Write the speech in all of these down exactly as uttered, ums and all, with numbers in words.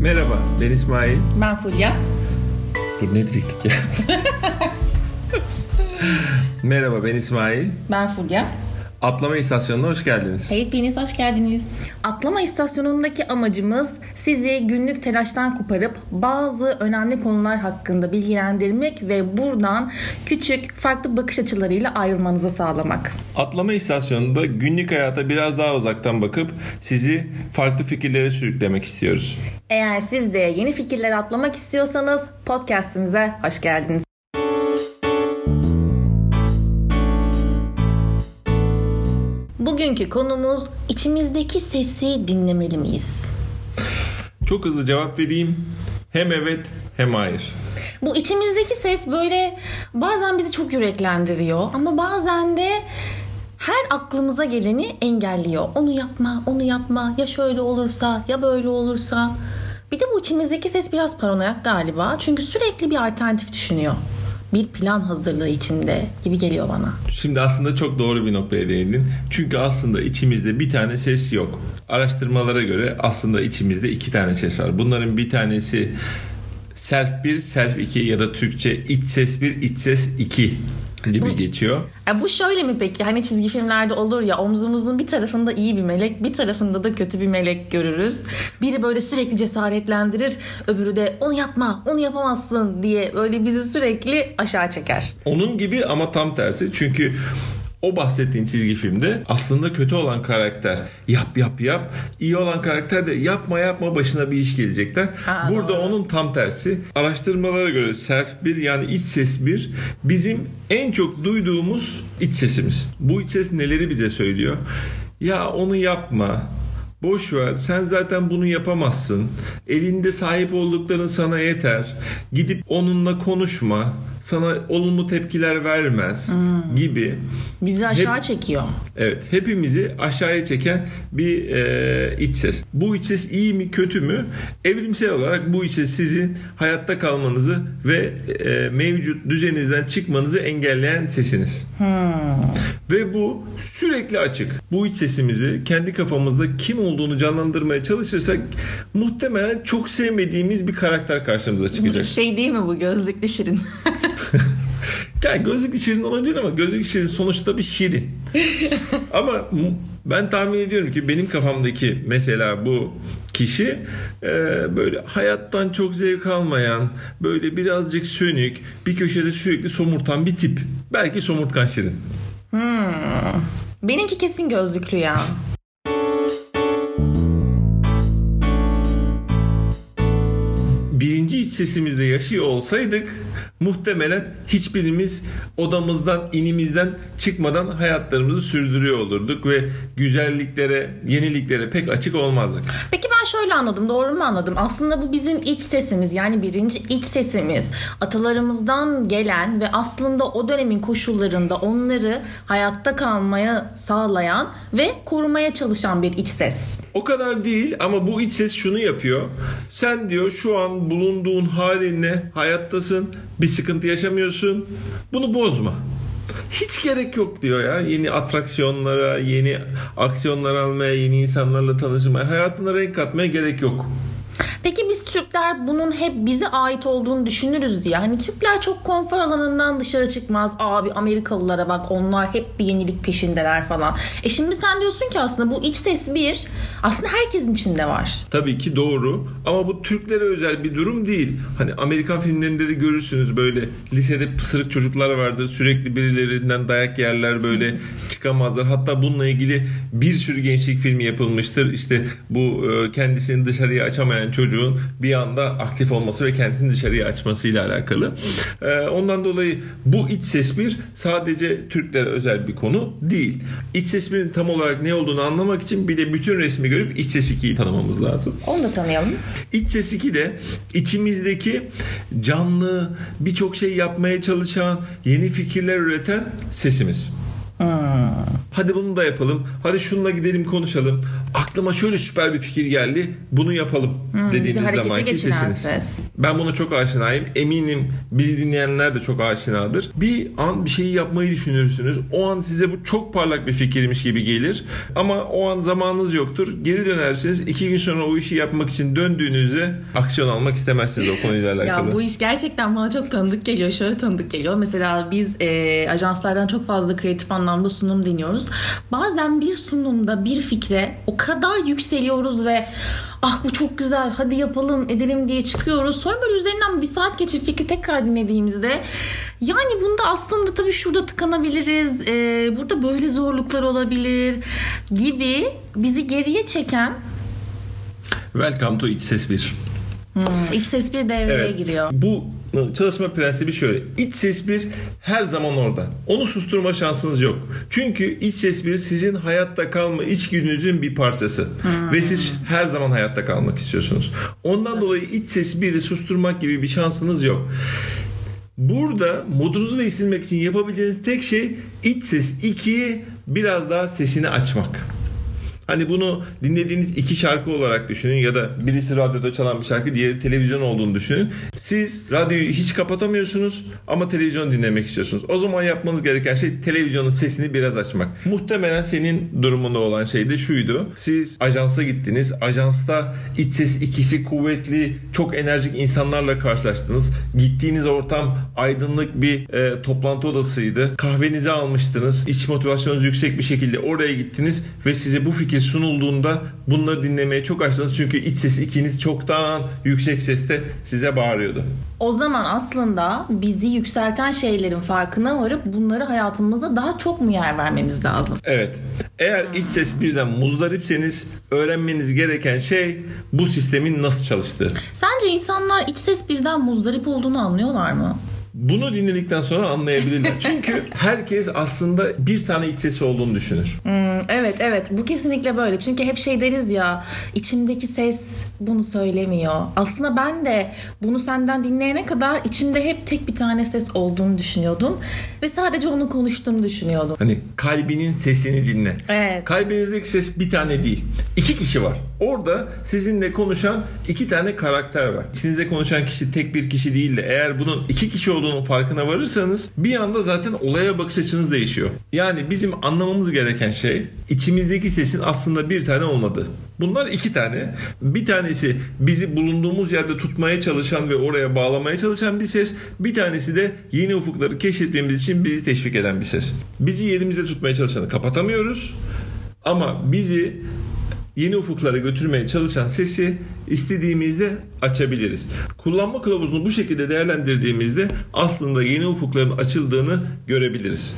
Merhaba, ben İsmail. Ben Fulya. Dur ne diyecektik ya? Merhaba, ben İsmail. Ben Fulya. Atlama istasyonuna hoş geldiniz. Hepiniz hoş geldiniz. Atlama istasyonundaki amacımız sizi günlük telaştan koparıp bazı önemli konular hakkında bilgilendirmek ve buradan küçük farklı bakış açılarıyla ayrılmanızı sağlamak. Atlama istasyonunda günlük hayata biraz daha uzaktan bakıp sizi farklı fikirlere sürüklemek istiyoruz. Eğer siz de yeni fikirler atlamak istiyorsanız podcast'imize hoş geldiniz. Bugünkü konumuz içimizdeki sesi dinlemeli miyiz? Çok hızlı cevap vereyim. Hem evet hem hayır. Bu içimizdeki ses böyle bazen bizi çok yüreklendiriyor ama bazen de her aklımıza geleni engelliyor. Onu yapma, onu yapma, ya şöyle olursa, ya böyle olursa. Bir de bu içimizdeki ses biraz paranoyak galiba. Çünkü sürekli bir alternatif düşünüyor. Bir plan hazırlığı içinde gibi geliyor bana. Şimdi aslında çok doğru bir noktaya değindin. Çünkü aslında içimizde bir tane ses yok. Araştırmalara göre aslında içimizde iki tane ses var. Bunların bir tanesi self bir, self iki ya da Türkçe iç ses bir, iç ses iki gibi bu, geçiyor. E bu şöyle mi peki? Hani çizgi filmlerde olur ya, omzumuzun bir tarafında iyi bir melek, bir tarafında da kötü bir melek görürüz. Biri böyle sürekli cesaretlendirir, öbürü de onu yapma, onu yapamazsın diye böyle bizi sürekli aşağı çeker. Onun gibi ama tam tersi. Çünkü o bahsettiğin çizgi filmde aslında kötü olan karakter yap yap yap, iyi olan karakter de yapma yapma, başına bir iş gelecekler. Ha, burada doğru. Onun tam tersi. Araştırmalara göre self bir yani iç ses bir bizim en çok duyduğumuz iç sesimiz. Bu iç ses neleri bize söylüyor? Ya onu yapma. Boş ver, sen zaten bunu yapamazsın. Elinde sahip oldukların sana yeter. Gidip onunla konuşma. Sana olumlu tepkiler vermez hmm. gibi. Bizi aşağı Hep, çekiyor. Evet, hepimizi aşağıya çeken bir e, iç ses. Bu iç ses iyi mi kötü mü? Evrimsel olarak bu iç ses sizin hayatta kalmanızı ve e, mevcut düzeninizden çıkmanızı engelleyen sesiniz. Hmm. Ve bu sürekli açık. Bu iç sesimizi kendi kafamızda kim olduğunu canlandırmaya çalışırsak muhtemelen çok sevmediğimiz bir karakter karşımıza çıkacak. Şey değil mi bu, gözlüklü Şirin? Yani gözlüklü Şirin olabilir ama gözlüklü Şirin sonuçta bir Şirin. Ama ben tahmin ediyorum ki benim kafamdaki mesela bu kişi e, böyle hayattan çok zevk almayan, böyle birazcık sönük, bir köşede sürekli somurtan bir tip. Belki somurtkan Şirin. Hmm. Benimki kesin gözlüklü ya. Birinci iç sesimizde yaşıyor olsaydık muhtemelen hiçbirimiz odamızdan, inimizden çıkmadan hayatlarımızı sürdürüyor olurduk ve güzelliklere, yeniliklere pek açık olmazdık. Peki ben şöyle anladım, doğru mu anladım? Aslında bu bizim iç sesimiz, yani birinci iç sesimiz. Atalarımızdan gelen ve aslında o dönemin koşullarında onları hayatta kalmaya sağlayan ve korumaya çalışan bir iç ses. O kadar değil ama bu iç ses şunu yapıyor. Sen diyor şu an bulunduğun halinle hayattasın, bir sıkıntı yaşamıyorsun. Bunu bozma. Hiç gerek yok diyor ya. Yeni atraksiyonlara, yeni aksiyonlar almaya, yeni insanlarla tanışmaya, hayatına renk katmaya gerek yok. Peki biz Türkler bunun hep bize ait olduğunu düşünürüz ya. Hani Türkler çok konfor alanından dışarı çıkmaz. Abi Amerikalılara bak, onlar hep bir yenilik peşindeler falan. E şimdi sen diyorsun ki aslında bu iç ses bir, aslında herkesin içinde var. Tabii ki doğru ama bu Türklere özel bir durum değil. Hani Amerikan filmlerinde de görürsünüz, böyle lisede pısırık çocuklar vardır. Sürekli birilerinden dayak yerler, böyle çıkamazlar. Hatta bununla ilgili bir sürü gençlik filmi yapılmıştır. İşte bu kendisini dışarıya açamayan çocuğun bir anda aktif olması ve kendisini dışarıya açmasıyla alakalı. Ee, ondan dolayı bu iç ses bir sadece Türklere özel bir konu değil. İç ses birin tam olarak ne olduğunu anlamak için bir de bütün resmi görüp iç ses ikiyi tanımamız lazım. Onu da tanıyalım. İç ses iki de içimizdeki canlı, birçok şey yapmaya çalışan, yeni fikirler üreten sesimiz. Hmm. Hadi bunu da yapalım. Hadi şununla gidelim konuşalım. Aklıma şöyle süper bir fikir geldi. Bunu yapalım Hmm, dediğiniz zamanki sesiniz. Ses. Ben buna çok aşinayım. Eminim bizi dinleyenler de çok aşinadır. Bir an bir şeyi yapmayı düşünürsünüz. O an size bu çok parlak bir fikirmiş gibi gelir. Ama o an zamanınız yoktur. Geri dönersiniz. İki gün sonra o işi yapmak için döndüğünüzde aksiyon almak istemezsiniz o konuyla alakalı. Ya bu iş gerçekten bana çok tanıdık geliyor. Şöyle tanıdık geliyor. Mesela biz e, ajanslardan çok fazla kreatif anlamda sunum dinliyoruz. Bazen bir sunumda bir fikre o kadar yükseliyoruz ve ah bu çok güzel hadi yapalım edelim diye çıkıyoruz. Sonra böyle üzerinden bir saat geçip fikri tekrar dinlediğimizde yani bunda aslında tabii şurada tıkanabiliriz, e, burada böyle zorluklar olabilir gibi bizi geriye çeken. Welcome to İç Ses bir. Hmm, İç Ses bir devreye evet. giriyor. Bu çalışma prensibi şöyle. İç Ses bir her zaman orada. Onu susturma şansınız yok. Çünkü İç Ses bir sizin hayatta kalma içgüdünüzün bir parçası. Hmm. Ve siz her zaman hayatta kalmak istiyorsunuz. Ondan evet. dolayı İç Ses biri susturmak gibi bir şansınız yok. Burada modunuzu değiştirmek için yapabileceğiniz tek şey İç Ses ikiyi biraz daha sesini açmak. Hani bunu dinlediğiniz iki şarkı olarak düşünün ya da birisi radyoda çalan bir şarkı, diğeri televizyon olduğunu düşünün. Siz radyoyu hiç kapatamıyorsunuz ama televizyon dinlemek istiyorsunuz. O zaman yapmanız gereken şey televizyonun sesini biraz açmak. Muhtemelen senin durumunda olan şey de şuydu. Siz ajansa gittiniz. Ajansta İç Ses ikisi kuvvetli, çok enerjik insanlarla karşılaştınız. Gittiğiniz ortam aydınlık bir e, toplantı odasıydı. Kahvenizi almıştınız. İç motivasyonunuz yüksek bir şekilde oraya gittiniz ve size bu fikir sunulduğunda bunları dinlemeye çok açtınız. Çünkü İç Ses ikiniz çoktan yüksek sesle size bağırıyordu. O zaman aslında bizi yükselten şeylerin farkına varıp bunları hayatımızda daha çok mu yer vermemiz lazım? Evet. Eğer İç Ses birden muzdaripseniz öğrenmeniz gereken şey bu sistemin nasıl çalıştığı. Sence insanlar İç Ses birden muzdarip olduğunu anlıyorlar mı? Bunu dinledikten sonra anlayabilirler. Çünkü herkes aslında bir tane iç sesi olduğunu düşünür. Hmm, evet evet bu kesinlikle böyle. Çünkü hep şey deriz ya, içimdeki ses bunu söylemiyor. Aslında ben de bunu senden dinleyene kadar içimde hep tek bir tane ses olduğunu düşünüyordum. Ve sadece onu konuştuğunu düşünüyordum. Hani kalbinin sesini dinle. Evet. Kalbinizdeki ses bir tane değil. İki kişi var. Orada sizinle konuşan iki tane karakter var. İçinizde konuşan kişi tek bir kişi değil de eğer bunun iki kişi olduğunun farkına varırsanız bir anda zaten olaya bakış açınız değişiyor. Yani bizim anlamamız gereken şey içimizdeki sesin aslında bir tane olmadığı. Bunlar iki tane. Bir tanesi bizi bulunduğumuz yerde tutmaya çalışan ve oraya bağlamaya çalışan bir ses. Bir tanesi de yeni ufukları keşfetmemiz için bizi teşvik eden bir ses. Bizi yerimizde tutmaya çalışanı kapatamıyoruz. Ama bizi yeni ufuklara götürmeye çalışan sesi istediğimizde açabiliriz. Kullanma kılavuzunu bu şekilde değerlendirdiğimizde aslında yeni ufukların açıldığını görebiliriz.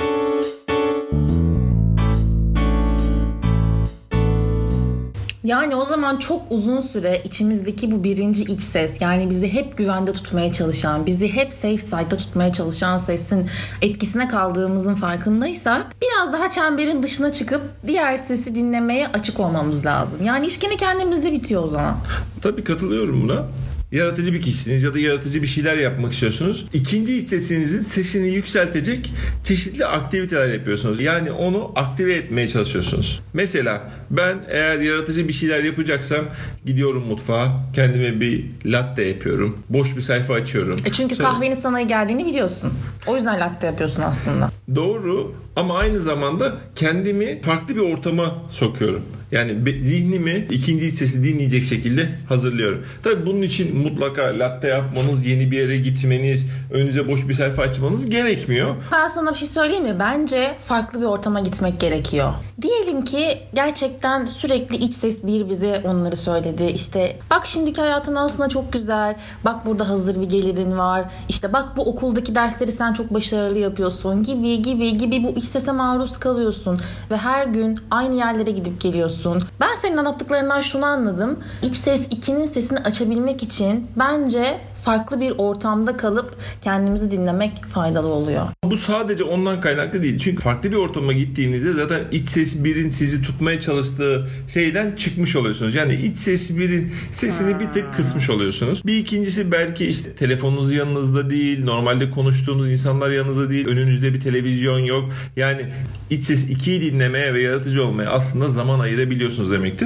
Yani o zaman çok uzun süre içimizdeki bu birinci iç ses, yani bizi hep güvende tutmaya çalışan, bizi hep safe side'da tutmaya çalışan sesin etkisine kaldığımızın farkındaysak biraz daha çemberin dışına çıkıp diğer sesi dinlemeye açık olmamız lazım. Yani iş gene kendimizde bitiyor o zaman. Tabii katılıyorum buna. Yaratıcı bir kişisiniz ya da yaratıcı bir şeyler yapmak istiyorsunuz. İkinci iç sesinizin sesini yükseltecek çeşitli aktiviteler yapıyorsunuz. Yani onu aktive etmeye çalışıyorsunuz. Mesela ben eğer yaratıcı bir şeyler yapacaksam gidiyorum mutfağa, kendime bir latte yapıyorum. Boş bir sayfa açıyorum. E çünkü Sonra... kahvenin sana geldiğini biliyorsun. O yüzden latte yapıyorsun aslında. Doğru ama aynı zamanda kendimi farklı bir ortama sokuyorum. Yani zihnimi ikinci iç sesi dinleyecek şekilde hazırlıyorum. Tabii bunun için mutlaka latte yapmanız, yeni bir yere gitmeniz, önünüze boş bir sayfa açmanız gerekmiyor. Ben sana bir şey söyleyeyim mi? Bence farklı bir ortama gitmek gerekiyor. Diyelim ki gerçekten sürekli iç ses bir bize onları söyledi. İşte bak şimdiki hayatın aslında çok güzel. Bak burada hazır bir gelirin var. İşte bak bu okuldaki dersleri sen çok başarılı yapıyorsun gibi gibi gibi bu iç sese maruz kalıyorsun. Ve her gün aynı yerlere gidip geliyorsun. Ben senin anlattıklarından şunu anladım. İç ses ikinin sesini açabilmek için bence farklı bir ortamda kalıp kendimizi dinlemek faydalı oluyor. Bu sadece ondan kaynaklı değil. Çünkü farklı bir ortama gittiğinizde zaten iç ses birin sizi tutmaya çalıştığı şeyden çıkmış oluyorsunuz. Yani iç ses birin sesini bir tık kısmış oluyorsunuz. Bir ikincisi belki işte telefonunuz yanınızda değil, normalde konuştuğunuz insanlar yanınızda değil, önünüzde bir televizyon yok. Yani iç ses ikiyi dinlemeye ve yaratıcı olmaya aslında zaman ayırabiliyorsunuz demektir.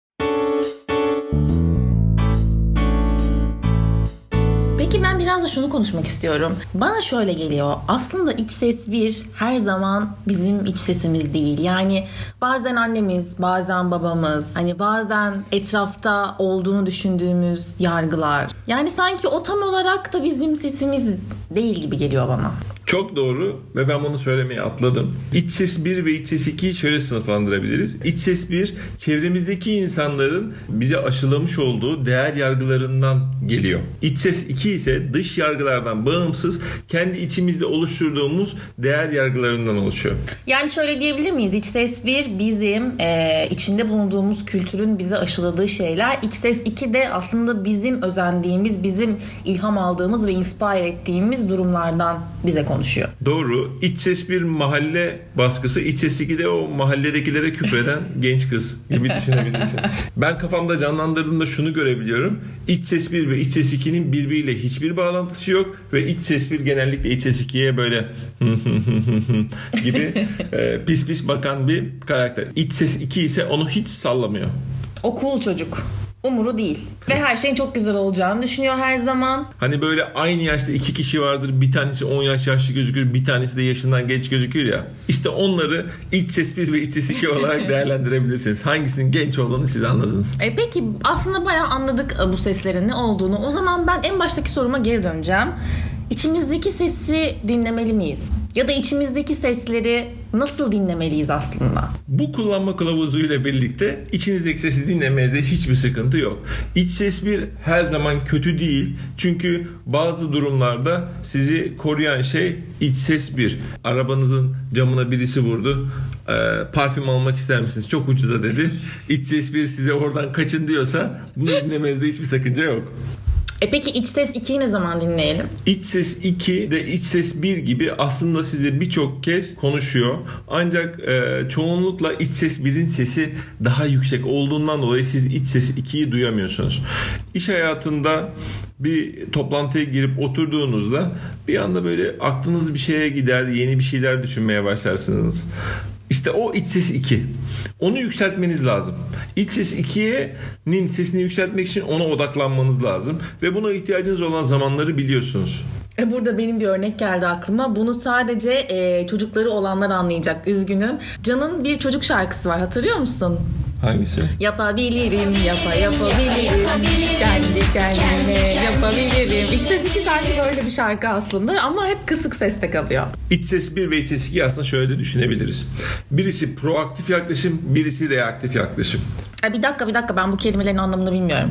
Peki ben biraz da şunu konuşmak istiyorum. Bana şöyle geliyor. Aslında iç ses bir her zaman bizim iç sesimiz değil. Yani bazen annemiz, bazen babamız, hani bazen etrafta olduğunu düşündüğümüz yargılar. Yani sanki o tam olarak da bizim sesimiz değil gibi geliyor bana. Çok doğru ve ben bunu söylemeye atladım. İç ses bir ve iç ses ikiyi şöyle sınıflandırabiliriz. İç ses bir, çevremizdeki insanların bize aşılamış olduğu değer yargılarından geliyor. İç ses iki ise dış yargılardan bağımsız, kendi içimizde oluşturduğumuz değer yargılarından oluşuyor. Yani şöyle diyebilir miyiz? İç ses bir bizim e, içinde bulunduğumuz kültürün bize aşıladığı şeyler. İç ses iki de aslında bizim özendiğimiz, bizim ilham aldığımız ve inspire ettiğimiz durumlardan bize konuşuyor. konuşuyor. Doğru. İç ses bir mahalle baskısı. İç ses iki de o mahalledekilere küfreden genç kız gibi düşünebilirsin. Ben kafamda canlandırdığımda şunu görebiliyorum. İç ses bir ve iç ses ikinin birbiriyle hiçbir bağlantısı yok ve iç ses bir genellikle iç ses ikiye böyle gibi e, pis pis bakan bir karakter. İç ses iki ise onu hiç sallamıyor. O cool çocuk. Umuru değil. Ve her şeyin çok güzel olacağını düşünüyor her zaman. Hani böyle aynı yaşta iki kişi vardır. Bir tanesi on yaş yaşlı gözükür. Bir tanesi de yaşından genç gözükür ya. İşte onları iç ses bir ve iç ses iki olarak değerlendirebilirsiniz. Hangisinin genç olduğunu siz anladınız. E peki aslında bayağı anladık bu seslerin ne olduğunu. O zaman ben en baştaki soruma geri döneceğim. İçimizdeki sesi dinlemeli miyiz? Ya da içimizdeki sesleri nasıl dinlemeliyiz aslında? Bu kullanma kılavuzuyla birlikte içinizdeki sesi dinlemenizde hiçbir sıkıntı yok. İç ses bir her zaman kötü değil. Çünkü bazı durumlarda sizi koruyan şey iç ses bir. Arabanızın camına birisi vurdu. Ee, parfüm almak ister misiniz? Çok ucuza dedi. İç ses bir size oradan kaçın diyorsa bunu dinlemenizde hiçbir sakınca yok. E peki iç ses ikiyi ne zaman dinleyelim? İç ses iki de iç ses bir gibi aslında size birçok kez konuşuyor. Ancak e, çoğunlukla iç ses birin sesi daha yüksek olduğundan dolayı siz iç ses ikiyi duyamıyorsunuz. İş hayatında bir toplantıya girip oturduğunuzda bir anda böyle aklınız bir şeye gider, yeni bir şeyler düşünmeye başlarsınız. İşte o iç ses iki. Onu yükseltmeniz lazım. İç ses iki'nin sesini yükseltmek için ona odaklanmanız lazım. Ve buna ihtiyacınız olan zamanları biliyorsunuz. E burada benim bir örnek geldi aklıma. Bunu sadece e, çocukları olanlar anlayacak. Üzgünüm. Can'ın bir çocuk şarkısı var. Hatırlıyor musun? Hangisi? Yapabilirim, yapa yapabilirim, kendi kendime yapabilirim. İç ses iki sanki böyle bir şarkı aslında ama hep kısık seste kalıyor. İç ses bir ve iç ses iki aslında şöyle de düşünebiliriz. Birisi proaktif yaklaşım, birisi reaktif yaklaşım. E bir dakika bir dakika ben bu kelimelerin anlamını bilmiyorum.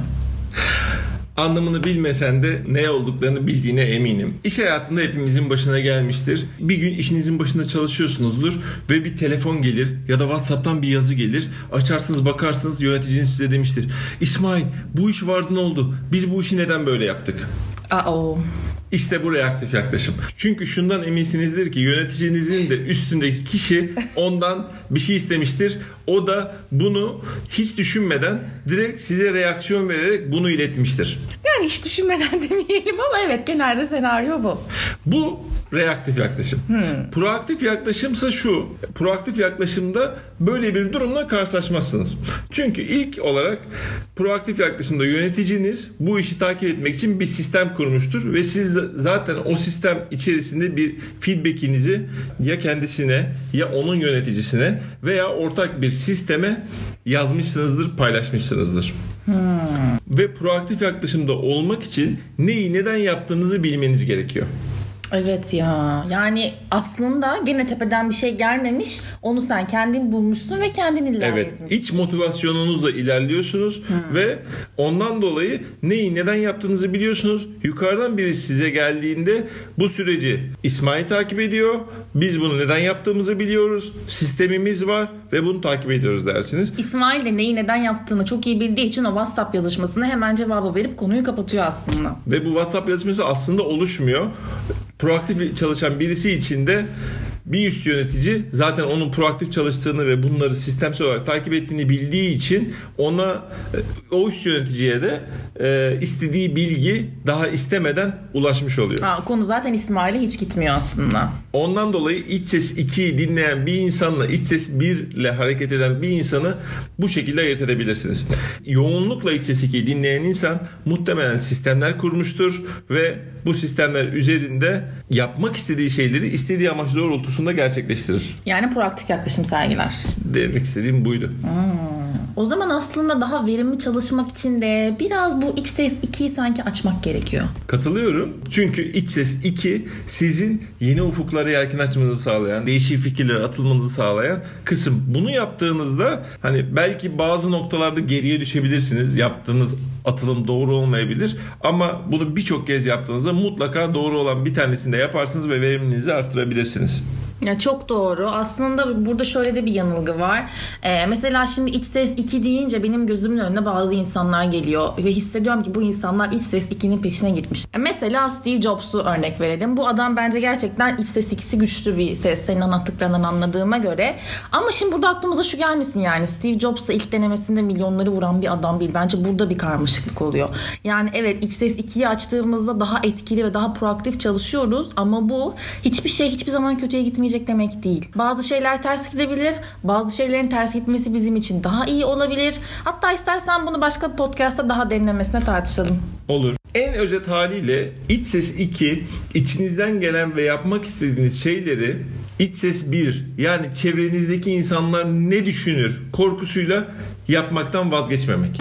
Anlamını bilmesen de ne olduklarını bildiğine eminim. İş hayatında hepimizin başına gelmiştir. Bir gün işinizin başında çalışıyorsunuzdur ve bir telefon gelir ya da WhatsApp'tan bir yazı gelir. Açarsınız bakarsınız yöneticiniz size demiştir. İsmail bu iş vardı ne oldu? Biz bu işi neden böyle yaptık? Uh-oh. İşte bu reaktif yaklaşım. Çünkü şundan eminsinizdir ki yöneticinizin de üstündeki kişi ondan bir şey istemiştir. O da bunu hiç düşünmeden direkt size reaksiyon vererek bunu iletmiştir. Yani hiç düşünmeden demeyelim ama evet genelde senaryo bu. Bu reaktif yaklaşım. Hmm. Proaktif yaklaşımsa şu. Proaktif yaklaşımda böyle bir durumla karşılaşmazsınız. Çünkü ilk olarak proaktif yaklaşımda yöneticiniz bu işi takip etmek için bir sistem kurmuştur ve siz zaten o sistem içerisinde bir feedback'inizi ya kendisine ya onun yöneticisine veya ortak bir sisteme yazmışsınızdır, paylaşmışsınızdır. Hmm. Ve proaktif yaklaşımda olmak için neyi neden yaptığınızı bilmeniz gerekiyor. Evet ya. Yani aslında gene tepeden bir şey gelmemiş. Onu sen kendin bulmuşsun ve kendin ilerletmişsin. Evet. İç motivasyonunuzla ilerliyorsunuz hmm. ve ondan dolayı neyi neden yaptığınızı biliyorsunuz. Yukarıdan biri size geldiğinde bu süreci İsmail takip ediyor. Biz bunu neden yaptığımızı biliyoruz. Sistemimiz var ve bunu takip ediyoruz dersiniz. İsmail de neyi neden yaptığını çok iyi bildiği için o WhatsApp yazışmasına hemen cevabı verip konuyu kapatıyor aslında. Ve bu WhatsApp yazışması aslında oluşmuyor. Proaktif çalışan birisi için de bir üst yönetici zaten onun proaktif çalıştığını ve bunları sistemsel olarak takip ettiğini bildiği için ona, o üst yöneticiye de e, istediği bilgi daha istemeden ulaşmış oluyor. Ha, konu zaten İsmail'e hiç gitmiyor aslında. Ondan dolayı iç ses ikiyi dinleyen bir insanla iç ses bir ile hareket eden bir insanı bu şekilde ayırt edebilirsiniz. Yoğunlukla iç ses ikiyi dinleyen insan muhtemelen sistemler kurmuştur ve bu sistemler üzerinde yapmak istediği şeyleri istediği amaç doğrultusunda gerçekleştirir. Yani proaktif yaklaşım sergiler. Demek istediğim buydu. Hmm. O zaman aslında daha verimli çalışmak için de biraz bu iç ses ikiyi sanki açmak gerekiyor. Katılıyorum. Çünkü iç ses iki sizin yeni ufuklara yelken açmanızı sağlayan, değişik fikirlere atılmanızı sağlayan kısım. Bunu yaptığınızda hani belki bazı noktalarda geriye düşebilirsiniz. Yaptığınız atılım doğru olmayabilir ama bunu birçok kez yaptığınızda mutlaka doğru olan bir tanesini de yaparsınız ve verimliliğinizi arttırabilirsiniz. Ya çok doğru. Aslında burada şöyle de bir yanılgı var. Ee, mesela şimdi iç ses iki deyince benim gözümün önüne bazı insanlar geliyor ve hissediyorum ki bu insanlar iç ses ikinin peşine gitmiş. E mesela Steve Jobs'u örnek verelim. Bu adam bence gerçekten iç ses ikisi güçlü bir ses. Senin anlattıklarından anladığıma göre. Ama şimdi burada aklımıza şu gelmesin yani. Steve Jobs'la ilk denemesinde milyonları vuran bir adam değil. Bence burada bir karmaşıklık oluyor. Yani evet iç ses ikiyi açtığımızda daha etkili ve daha proaktif çalışıyoruz ama bu hiçbir şey hiçbir zaman kötüye gitmeyecek demek değil. Bazı şeyler ters gidebilir. Bazı şeylerin ters gitmesi bizim için daha iyi olabilir. Hatta istersen bunu başka bir podcast'ta daha derinlemesine tartışalım. Olur. En özet haliyle iç ses iki içinizden gelen ve yapmak istediğiniz şeyleri iç ses bir yani çevrenizdeki insanlar ne düşünür korkusuyla yapmaktan vazgeçmemek.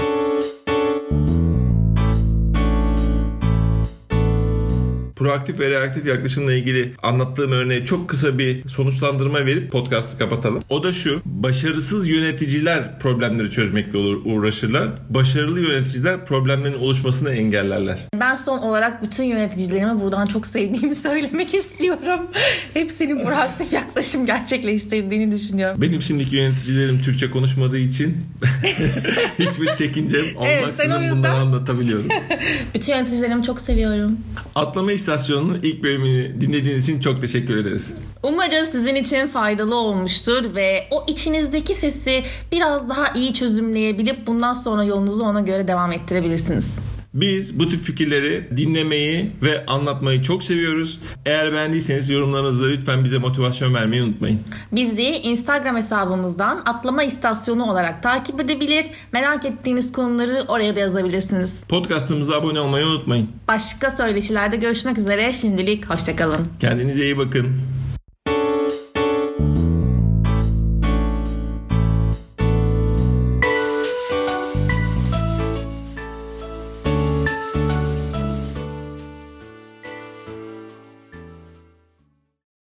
Proaktif ve reaktif yaklaşımla ilgili anlattığım örneğe çok kısa bir sonuçlandırma verip podcast'ı kapatalım. O da şu: başarısız yöneticiler problemleri çözmekle uğraşırlar. Başarılı yöneticiler problemlerin oluşmasını engellerler. Ben son olarak bütün yöneticilerime buradan çok sevdiğimi söylemek istiyorum. Hepsinin proaktif yaklaşım gerçekleştirdiğini düşünüyorum. Benim şimdiki yöneticilerim Türkçe konuşmadığı için hiçbir çekincem olmaksızın evet, bunları anlatabiliyorum. Bütün yöneticilerimi çok seviyorum. Atlama İstasyonu'nun ilk bölümünü dinlediğiniz için çok teşekkür ederiz. Umarız sizin için faydalı olmuştur ve o içinizdeki sesi biraz daha iyi çözümleyebilip bundan sonra yolunuzu ona göre devam ettirebilirsiniz. Biz bu tip fikirleri dinlemeyi ve anlatmayı çok seviyoruz. Eğer beğendiyseniz yorumlarınızla lütfen bize motivasyon vermeyi unutmayın. Bizi Instagram hesabımızdan Atlama İstasyonu olarak takip edebilir. Merak ettiğiniz konuları oraya da yazabilirsiniz. Podcast'ımıza abone olmayı unutmayın. Başka söyleşilerde görüşmek üzere. Şimdilik hoşça kalın. Kendinize iyi bakın.